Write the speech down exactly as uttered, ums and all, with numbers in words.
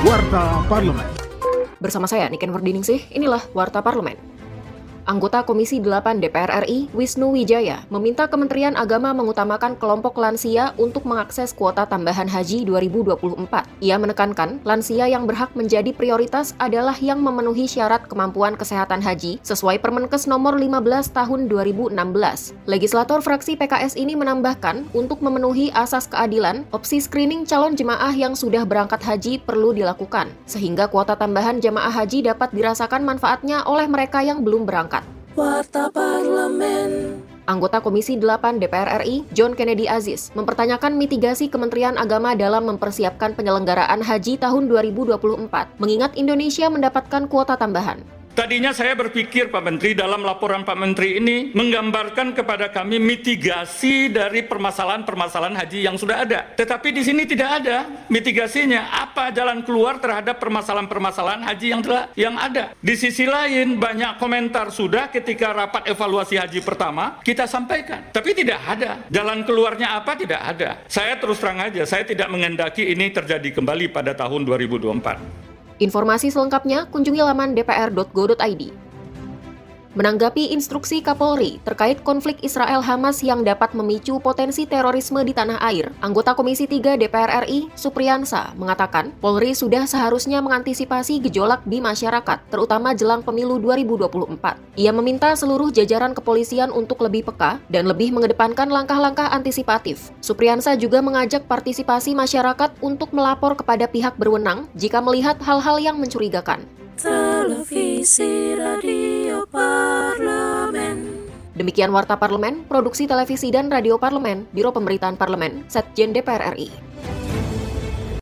Warta Parlemen. Bersama saya, Niken Wardiningsih, inilah Warta Parlemen. Anggota Komisi delapan D P R R I, Wisnu Wijaya, meminta Kementerian Agama mengutamakan kelompok lansia untuk mengakses kuota tambahan haji dua ribu dua puluh empat. Ia menekankan, lansia yang berhak menjadi prioritas adalah yang memenuhi syarat kemampuan kesehatan haji sesuai Permenkes nomor lima belas tahun dua ribu enam belas. Legislator fraksi P K S ini menambahkan, untuk memenuhi asas keadilan, opsi screening calon jemaah yang sudah berangkat haji perlu dilakukan, sehingga kuota tambahan jemaah haji dapat dirasakan manfaatnya oleh mereka yang belum berangkat. Warta Parlemen. Anggota Komisi delapan D P R R I, John Kennedy Aziz, mempertanyakan mitigasi Kementerian Agama dalam mempersiapkan penyelenggaraan haji tahun dua ribu dua puluh empat, mengingat Indonesia mendapatkan kuota tambahan. Tadinya saya berpikir Pak Menteri dalam laporan Pak Menteri ini menggambarkan kepada kami mitigasi dari permasalahan-permasalahan haji yang sudah ada. Tetapi di sini tidak ada mitigasinya. Apa jalan keluar terhadap permasalahan-permasalahan haji yang telah yang ada. Di sisi lain banyak komentar sudah ketika rapat evaluasi haji pertama kita sampaikan. Tapi tidak ada. Jalan keluarnya apa tidak ada. Saya terus terang aja, saya tidak mengendaki ini terjadi kembali pada tahun dua ribu dua puluh empat. Informasi selengkapnya kunjungi laman d p r dot go dot i d. Menanggapi instruksi Kapolri terkait konflik Israel-Hamas yang dapat memicu potensi terorisme di tanah air, anggota Komisi tiga D P R R I, Supriyansa, mengatakan Polri sudah seharusnya mengantisipasi gejolak di masyarakat, terutama jelang pemilu dua ribu dua puluh empat. Ia meminta seluruh jajaran kepolisian untuk lebih peka dan lebih mengedepankan langkah-langkah antisipatif. Supriyansa juga mengajak partisipasi masyarakat untuk melapor kepada pihak berwenang jika melihat hal-hal yang mencurigakan. Televisi Radio Parlemen. Demikian Warta Parlemen, Produksi Televisi dan Radio Parlemen, Biro Pemberitaan Parlemen, Setjen D P R R I.